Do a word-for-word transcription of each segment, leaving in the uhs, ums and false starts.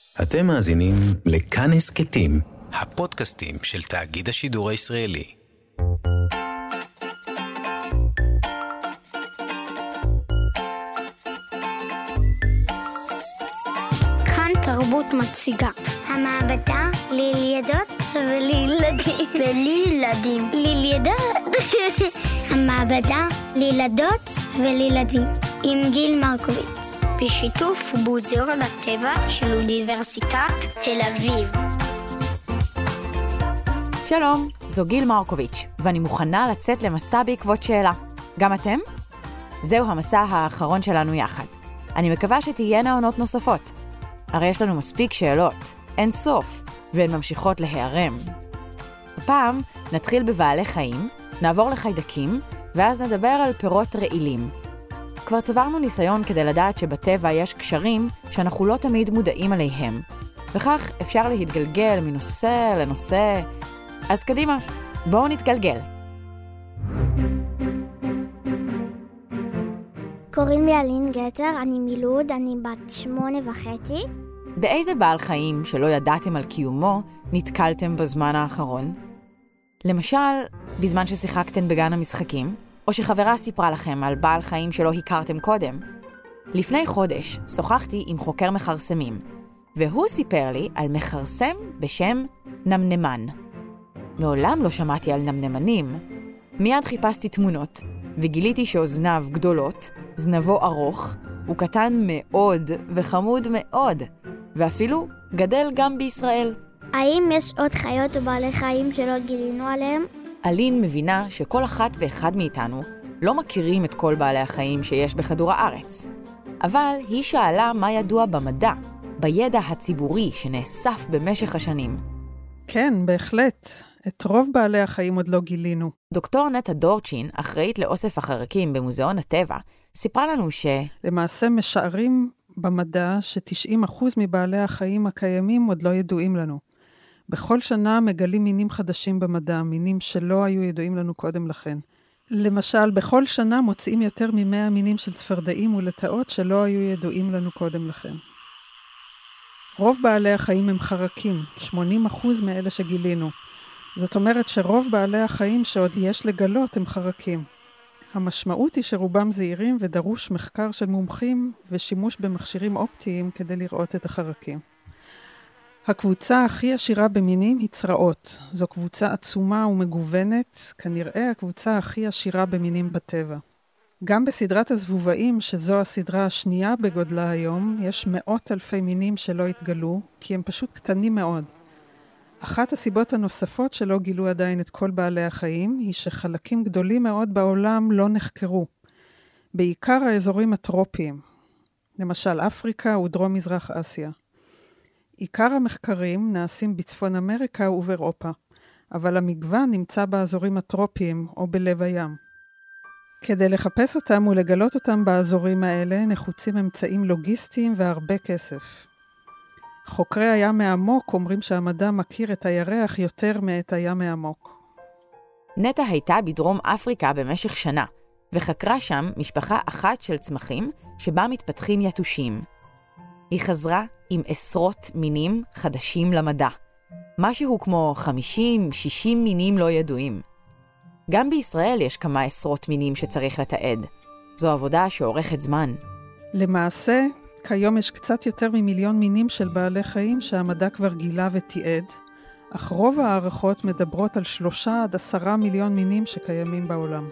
אתם מאזינים לכאן הסכתים, הפודקאסטים של תאגיד השידור הישראלי. כאן תרבות מציגה. המעבדה לילדות ולילדים. ולילדים. לילדות. המעבדה לילדות ולילדים. עם גיל מרקוביץ. בשיתוף מוזיאון הטבע של אוניברסיטת תל אביב. שלום, זו גיל מרקוביץ', ואני מוכנה לצאת למסע בעקבות שאלה. גם אתם? זהו המסע האחרון שלנו יחד. אני מקווה שתהיינה עונות נוספות. הרי יש לנו מספיק שאלות, אין סוף, והן ממשיכות להיערם. הפעם נתחיל בבעלי חיים, נעבור לחיידקים, ואז נדבר על פירות רעילים. כבר צברנו ניסיון כדי לדעת שבטבע יש קשרים שאנחנו לא תמיד מודעים עליהם, וכך אפשר להתגלגל מנושא לנושא. אז קדימה, בואו נתגלגל. קוראים לי אלין גטר, אני מלוד, אני בת שמונה וחצי. באיזה בעל חיים שלא ידעתם על קיומו נתקלתם בזמן האחרון? למשל, בזמן ששיחקתם בגן המשחקים, או שחברה סיפרה לכם על בעל חיים שלא הכרתם קודם. לפני חודש שוחחתי עם חוקר מחרסמים, והוא סיפר לי על מחרסם בשם נמנמן. מעולם לא שמעתי על נמנמנים. מיד חיפשתי תמונות, וגיליתי שאוזניו גדולות, זנבו ארוך, הוא קטן מאוד וחמוד מאוד, ואפילו גדל גם בישראל. האם יש עוד חיות או בעלי חיים שלא גילינו עליהם? אלין מבינה שכל אחת ואחד מאיתנו לא מכירים את כל בעלי החיים שיש בכדור הארץ. אבל היא שאלה מה ידוע במדע, בידע הציבורי שנאסף במשך השנים. כן, בהחלט. את רוב בעלי החיים עוד לא גילינו. דוקטור נטה דורצ'ין, אחראית לאוסף החרקים במוזיאון הטבע, סיפרה לנו ש... למעשה משערים במדע ש-תשעים אחוז מבעלי החיים הקיימים עוד לא ידועים לנו. בכל שנה מגלים מינים חדשים במדע, מינים שלא היו ידועים לנו קודם לכן. למשל, בכל שנה מוצאים יותר מ-מאה מינים של צפרדעים ולטאות שלא היו ידועים לנו קודם לכן. רוב בעלי החיים הם חרקים, שמונים אחוז מאלה שגילינו. זאת אומרת שרוב בעלי החיים שעוד יש לגלות הם חרקים. המשמעות היא שרובם זהירים ודרוש מחקר של מומחים ושימוש במכשירים אופטיים כדי לראות את החרקים. הקבוצה הכי עשירה במינים היא צרעות. זו קבוצה עצומה ומגוונת, כנראה הקבוצה הכי עשירה במינים בטבע. גם בסדרת הזבובאים, שזו הסדרה השנייה בגודלה היום, יש מאות אלפי מינים שלא התגלו, כי הם פשוט קטנים מאוד. אחת הסיבות הנוספות שלא גילו עדיין את כל בעלי החיים, היא שחלקים גדולים מאוד בעולם לא נחקרו. בעיקר האזורים הטרופיים, למשל אפריקה ודרום מזרח אסיה. עיקר המחקרים נעשים בצפון אמריקה ובאירופה, אבל המגוון נמצא באזורים הטרופיים או בלב הים. כדי לחפש אותם ולגלות אותם באזורים האלה נחוצים אמצעים לוגיסטיים והרבה כסף. חוקרי הים העמוק אומרים שהמדע מכיר את הירח יותר מאת הים העמוק. נטה הייתה בדרום אפריקה במשך שנה, וחקרה שם משפחה אחת של צמחים שבה מתפתחים יתושים. היא חזרה עם עשרות מינים חדשים למדע. משהו כמו חמישים שישים מינים לא ידועים. גם בישראל יש כמה עשרות מינים שצריך לתעד. זו עבודה שאורכת זמן. למעשה, כיום יש קצת יותר ממיליון מינים של בעלי חיים שהמדע כבר גילה ותיעד, אך רוב הערכות מדברות על שלושה עד עשרה מיליון מינים שקיימים בעולם.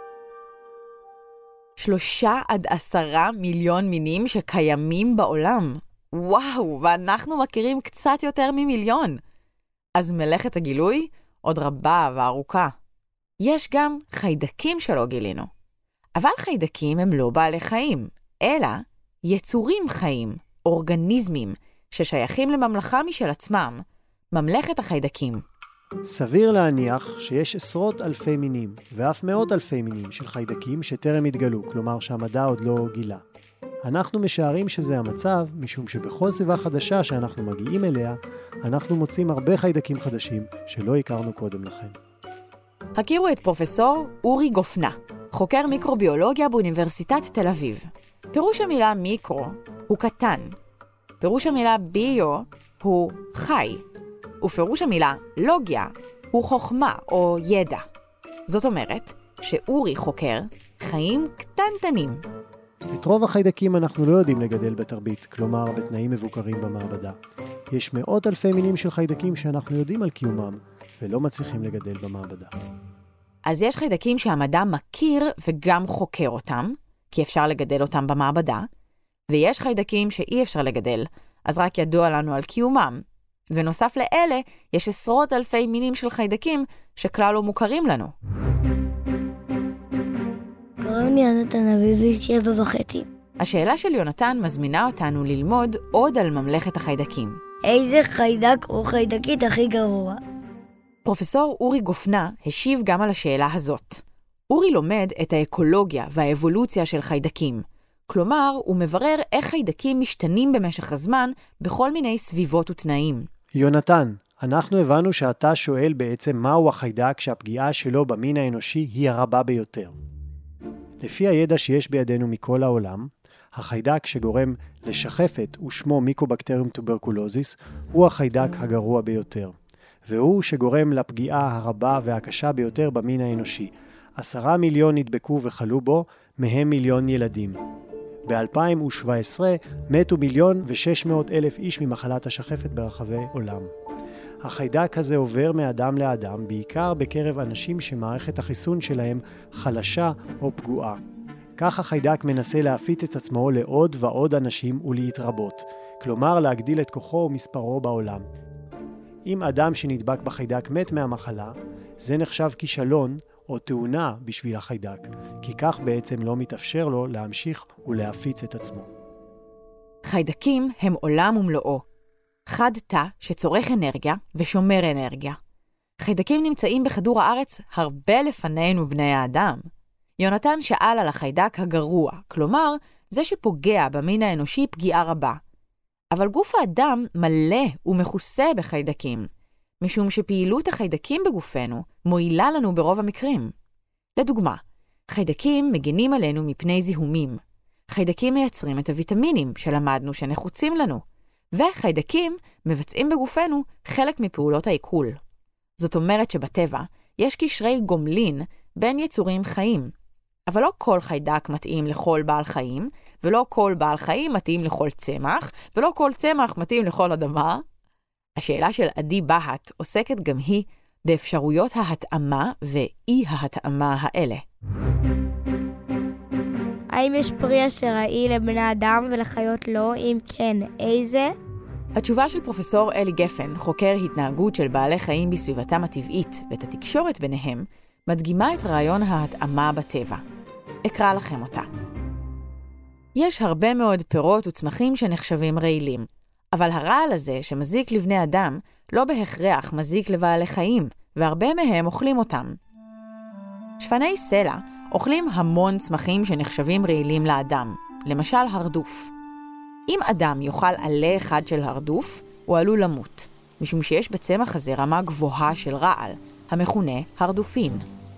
שלושה עד עשרה מיליון מינים שקיימים בעולם. וואו, ואנחנו מכירים קצת יותר ממיליון. אז מלאכת הגילוי עוד רבה וארוכה. יש גם חיידקים שלא גילינו. אבל חיידקים הם לא בעלי חיים, אלא יצורים חיים, אורגניזמים, ששייכים לממלכה משל עצמם, ממלכת החיידקים. סביר להניח שיש עשרות אלפי מינים, ואף מאות אלפי מינים של חיידקים שטרם התגלו, כלומר שהמדע עוד לא גילה. אנחנו משערים שזה המצב, משום שבכל סביבה חדשה שאנחנו מגיעים אליה, אנחנו מוצאים הרבה חיידקים חדשים שלא הכרנו קודם לכן. הכירו את פרופסור אורי גופנה, חוקר מיקרוביולוגיה באוניברסיטת תל אביב. פירוש המילה מיקרו הוא קטן. פירוש המילה ביו הוא חי, ופירוש המילה לוגיה הוא חוכמה או ידע. זאת אומרת שאורי חוקר חיים קטנטנים. את רוב החיידקים אנחנו לא יודעים לגדל בתרבית, כלומר בתנאים מבוקרים במעבדה. יש מאות אלפי מינים של חיידקים שאנחנו יודעים על קיומם, ולא מצליחים לגדל במעבדה. אז יש חיידקים שהמדע מכיר וגם חוקר אותם, כי אפשר לגדל אותם במעבדה, ויש חיידקים שאי אפשר לגדל, אז רק ידוע לנו על קיומם. ונוסף לאלה, יש עשרות אלפי מינים של חיידקים שכלל לא מוכרים לנו. קוראים לי יונתן אביבי, שבע וחצי. השאלה של יונתן מזמינה אותנו ללמוד עוד על ממלכת החיידקים. איזה חיידק או חיידקית הכי גרוע? פרופסור אורי גופנה השיב גם על השאלה הזאת. אורי לומד את האקולוגיה והאבולוציה של חיידקים. כלומר, הוא מברר איך חיידקים משתנים במשך הזמן בכל מיני סביבות ותנאים. יונתן, אנחנו הבנו שאתה שואל בעצם מהו החיידק שהפגיעה שלו במין האנושי היא הרבה ביותר. לפי הידע שיש בידינו מכל העולם, החיידק שגורם לשחפת ושמו מיקובקטריום טוברקולוזיס הוא החיידק הגרוע ביותר. והוא שגורם לפגיעה הרבה והקשה ביותר במין האנושי. עשרה מיליון נדבקו וחלו בו, מהם מיליון ילדים. ב-אלפיים שבע עשרה מתו מיליון ושש מאות אלף איש ממחלת השחפת ברחבי עולם. החיידק הזה עובר מאדם לאדם, בעיקר בקרב אנשים שמערכת החיסון שלהם חלשה או פגועה. כך החיידק מנסה להפיץ את עצמו לעוד ועוד אנשים ולהתרבות, כלומר להגדיל את כוחו ומספרו בעולם. אם אדם שנדבק בחיידק מת מהמחלה, זה נחשב כישלון או תאונה בשביל החיידק, כי כך בעצם לא מתאפשר לו להמשיך ולהפיץ את עצמו. חיידקים הם עולם ומלואו. חד תא שצורך אנרגיה ושומר אנרגיה. חיידקים נמצאים בכדור הארץ הרבה לפנינו בני האדם. יונתן שאל על החיידק הגרוע, כלומר, זה שפוגע במין האנושי פגיעה רבה. אבל גוף האדם מלא ומכוסה בחיידקים, משום שפעילות החיידקים בגופנו מועילה לנו ברוב המקרים. לדוגמה, חיידקים מגנים עלינו מפני זיהומים. חיידקים מייצרים את הוויטמינים שלמדנו שנחוצים לנו, וחיידקים מבצעים בגופנו חלק מפעולות העיכול. זאת אומרת שבטבע יש קשרי גומלין בין יצורים חיים, אבל לא כל חיידק מתאים לכל בעל חיים, ולא כל בעל חיים מתאים לכל צמח, ולא כל צמח מתאים לכל אדמה. השאלה של עדי בהט עוסקת גם היא באפשרויות ההתאמה ואי ההתאמה האלה. האם יש פרי אשר רעיל לבני אדם ולחיות לא? אם כן, איזה? התשובה של פרופסור אלי גפן, חוקר התנהגות של בעלי חיים בסביבתם הטבעית ואת התקשורת ביניהם, מדגימה את רעיון ההתאמה בטבע. אקרא לכם אותה. יש הרבה מאוד פירות וצמחים שנחשבים רעילים, אבל הרעל הזה שמזיק לבני אדם לא בהכרח מזיק לבעלי חיים, והרבה מהם אוכלים אותם. שפני סלע אוכלים המון צמחים שנחשבים רעילים לאדם, למשל הרדוף. אם אדם יאכל עלה אחד של הרדוף, הוא עלול למות, משום שיש בצמח הזה רמה גבוהה של רעל, המכונה הרדופין.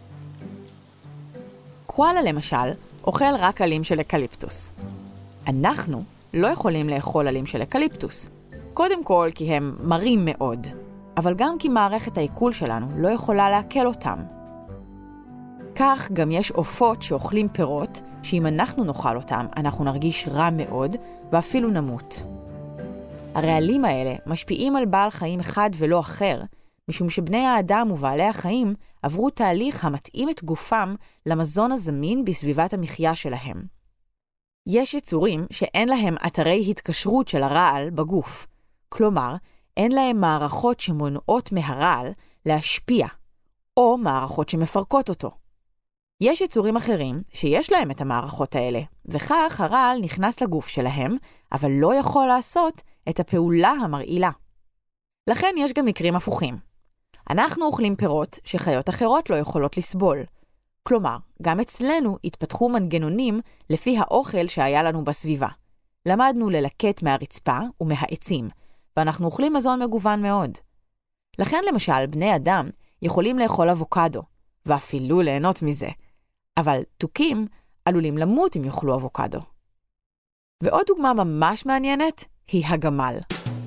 קואלה למשל אוכל רק עלים של אקליפטוס. אנחנו לא יכולים לאכול עלים של אקליפטוס. קודם כל כי הם מרים מאוד, אבל גם כי מערכת העיכול שלנו לא יכולה לעכל אותם. כך גם יש עופות שאוכלים פירות, שאם אנחנו נאכל אותם, אנחנו נרגיש רע מאוד ואפילו נמות. הרעלים האלה משפיעים על בעל חיים אחד ולא אחר, משום שבני האדם ובעלי החיים עברו תהליך המתאים את גופם למזון הזמין בסביבת המחיה שלהם. יש יצורים שאין להם אתרי התקשרות של הרעל בגוף, כלומר, אין להם מערכות שמונעות מהרעל להשפיע, או מערכות שמפרקות אותו. יש יצורים אחרים שיש להם את המערכות האלה, וכך הרעל נכנס לגוף שלהם, אבל לא יכול לעשות את הפעולה המרעילה. לכן יש גם מקרים הפוכים. אנחנו אוכלים פירות שחיות אחרות לא יכולות לסבול. כלומר, גם אצלנו התפתחו מנגנונים לפי האוכל שהיה לנו בסביבה. למדנו ללקט מהרצפה ומהעצים, ואנחנו אוכלים מזון מגוון מאוד. לכן למשל, בני אדם יכולים לאכול אבוקדו, ואפילו ליהנות מזה. אבל תוכים עלולים למות אם יאכלו אבוקדו. ועוד דוגמה ממש מעניינת היא הגמל.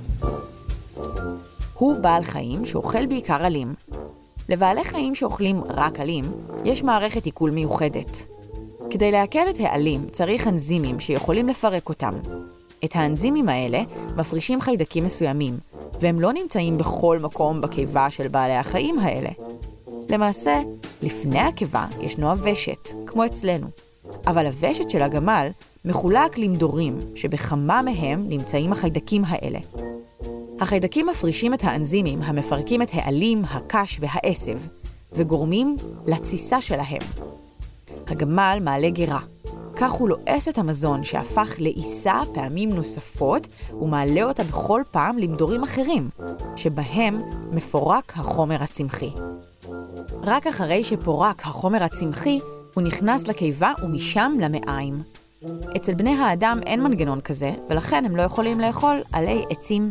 הוא בעל חיים שאוכל בעיקר עלים. לבעלי חיים שאוכלים רק עלים, יש מערכת עיכול מיוחדת. כדי לעכל את העלים צריך אנזימים שיכולים לפרק אותם. את האנזימים האלה מפרישים חיידקים מסוימים, והם לא נמצאים בכל מקום בקיבה של בעלי החיים האלה. למעשה, לפני הקיבה ישנו הוושט, כמו אצלנו. אבל הוושט של הגמל מחולק למדורים, שבכמה מהם נמצאים החיידקים האלה. החיידקים מפרישים את האנזימים המפרקים את העלים, הקש והעשב, וגורמים לתסיסה שלהם. הגמל מעלה גירה. כך הוא לועס את המזון שהפך לעיסה פעמים נוספות, ומעלה אותה בכל פעם למדורים אחרים, שבהם מפורק החומר הצמחי. רק אחרי שפורק החומר הצמחי, הוא נכנס לקיבה ומשם למעיים. אצל בני האדם אין מנגנון כזה, ולכן הם לא יכולים לאכול עלי עצים.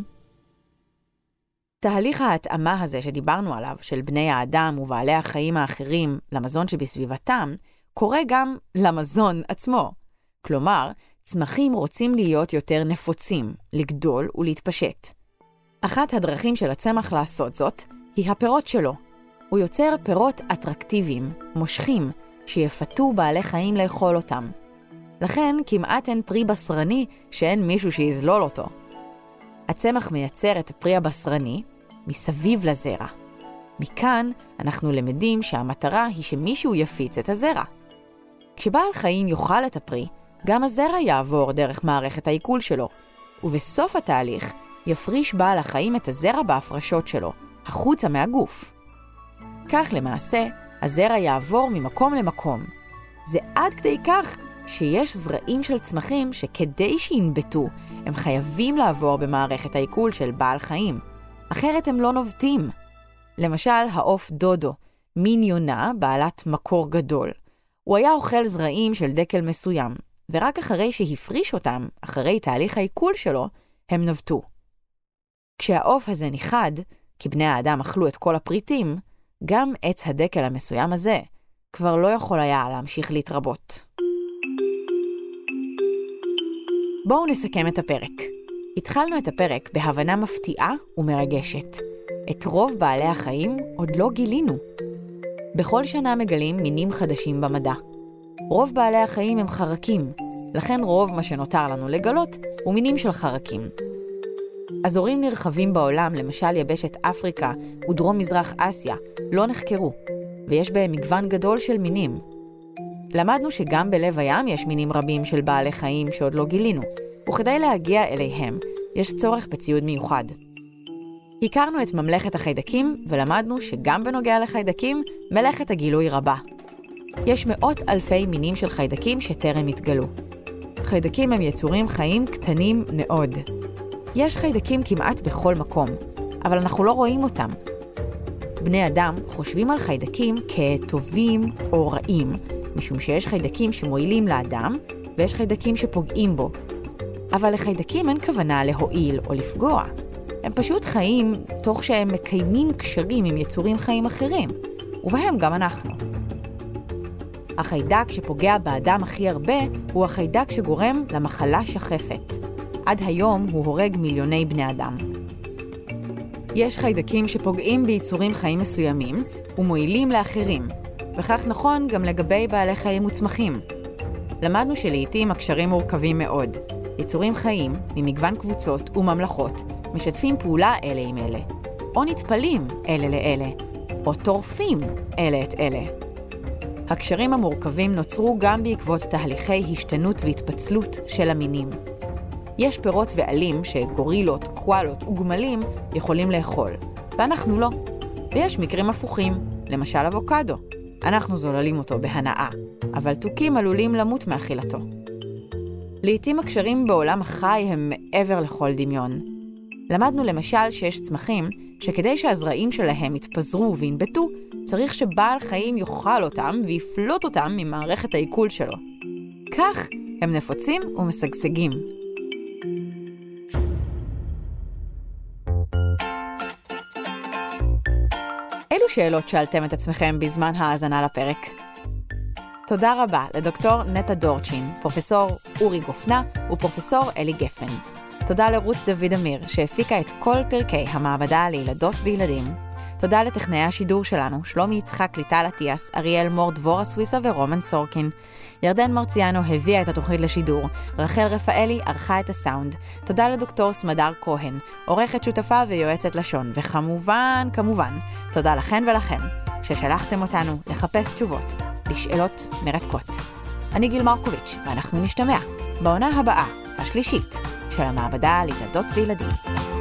תהליך ההתאמה הזה שדיברנו עליו, של בני האדם ובעלי החיים האחרים למזון שבסביבתם, קורה גם למזון עצמו. כלומר, צמחים רוצים להיות יותר נפוצים, לגדול ולהתפשט. אחת הדרכים של הצמח לעשות זאת היא הפירות שלו. הוא יוצר פירות אטרקטיביים, מושכים, שיפתו בעלי חיים לאכול אותם. לכן כמעט אין פרי בשרני שאין מישהו שיזלול אותו. הצמח מייצר את הפרי הבשרני מסביב לזרע. מכאן אנחנו למדים שהמטרה היא שמישהו יפיץ את הזרע. כשבעל חיים יאכל את הפרי, גם הזרע יעבור דרך מערכת העיכול שלו, ובסוף התהליך יפריש בעל החיים את הזרע בהפרשות שלו, החוצה מהגוף. כך למעשה, הזרע יעבור ממקום למקום. זה עד כדי כך שיש זרעים של צמחים שכדי שינבטו, הם חייבים לעבור במערכת העיכול של בעל חיים. אחרת הם לא נובטים. למשל, העוף דודו, מין יונה בעלת מקור גדול. הוא היה אוכל זרעים של דקל מסוים, ורק אחרי שהפריש אותם, אחרי תהליך העיכול שלו, הם נבטו. כשהעוף הזה ניחד, כי בני האדם אכלו את כל הפריטים, גם עץ הדקל המסוים הזה כבר לא יכול היה להמשיך להתרבות. בואו נסכם את הפרק. התחלנו את הפרק בהבנה מפתיעה ומרגשת. את רוב בעלי החיים עוד לא גילינו. בכל שנה מגלים מינים חדשים במדע. רוב בעלי החיים הם חרקים, לכן רוב מה שנותר לנו לגלות הוא מינים של חרקים. אזורים נרחבים בעולם, למשל יבשת אפריקה ודרום מזרח אסיה, לא נחקרו, ויש בהם מגוון גדול של מינים. למדנו שגם בלב הים יש מינים רבים של בעלי חיים שעוד לא גילינו, וכדי להגיע אליהם יש צורך בציוד מיוחד. הכרנו את ממלכת החיידקים, ולמדנו שגם בנוגע לחיידקים, מלאכת הגילוי רבה. יש מאות אלפי מינים של חיידקים שטרם התגלו. חיידקים הם יצורים חיים קטנים מאוד. יש חיידקים כמעט בכל מקום, אבל אנחנו לא רואים אותם. בני אדם חושבים על חיידקים כטובים או רעים, משום שיש חיידקים שמועילים לאדם, ויש חיידקים שפוגעים בו. אבל לחיידקים אין כוונה להועיל או לפגוע. הם פשוט חיים תוך שהם מקיימים קשרים עם יצורים חיים אחרים, ובהם גם אנחנו. החיידק שפוגע באדם הכי הרבה הוא החיידק שגורם למחלה שחפת. עד היום הוא הורג מיליוני בני אדם. יש חיידקים שפוגעים ביצורים חיים מסוימים ומועילים לאחרים, וכך נכון גם לגבי בעלי חיים וצמחים. למדנו שלעיתים הקשרים מורכבים מאוד. יצורים חיים ממגוון קבוצות וממלכות משתפים פעולה אלה עם אלה, או נטפלים אלה לאלה, או טורפים אלה את אלה. הקשרים המורכבים נוצרו גם בעקבות תהליכי השתנות והתפצלות של המינים. יש פירות ועלים שגורילות, קואלות וגמלים יכולים לאכול, ואנחנו לא. ויש מקרים הפוכים, למשל אבוקדו. אנחנו זוללים אותו בהנאה, אבל תוכים עלולים למות מאכילתו. לעתים הקשרים בעולם החי הם מעבר לכל דמיון. למדנו למשל שיש צמחים שכדי שהזרעים שלהם יתפזרו וינבטו, צריך שבעל חיים יאכל אותם ויפלוט אותם ממערכת העיכול שלו. כך הם נפוצים ומשגשגים. אילו שאלות שאלתם את עצמכם בזמן האזנה לפרק? תודה רבה לדוקטור נטע דורצ'ין, פרופסור אורי גופנה ופרופסור אלי גפן. תודה לרות דוד אמיר, שהפיקה את כל פרקי המעבדה לילדות וילדים. תודה לטכנאי השידור שלנו, שלומי יצחק, ליטל עטיאס, אריאל מור, דבורה סוויסה ורומן סורקין. ירדן מרציאנו הביאה את התוכנית לשידור, רחל רפאלי ערכה את הסאונד. תודה לדוקטור סמדר כהן, עורכת שותפה ויועצת לשון, וכמובן, כמובן, תודה לכן ולכם, ששלחתם אותנו לחפש תשובות לשאלות מרתקות. אני גיל מרקוביץ', ואנחנו נשתמע בעונה הבאה, השלישית, של המעבדה לילדות וילדים.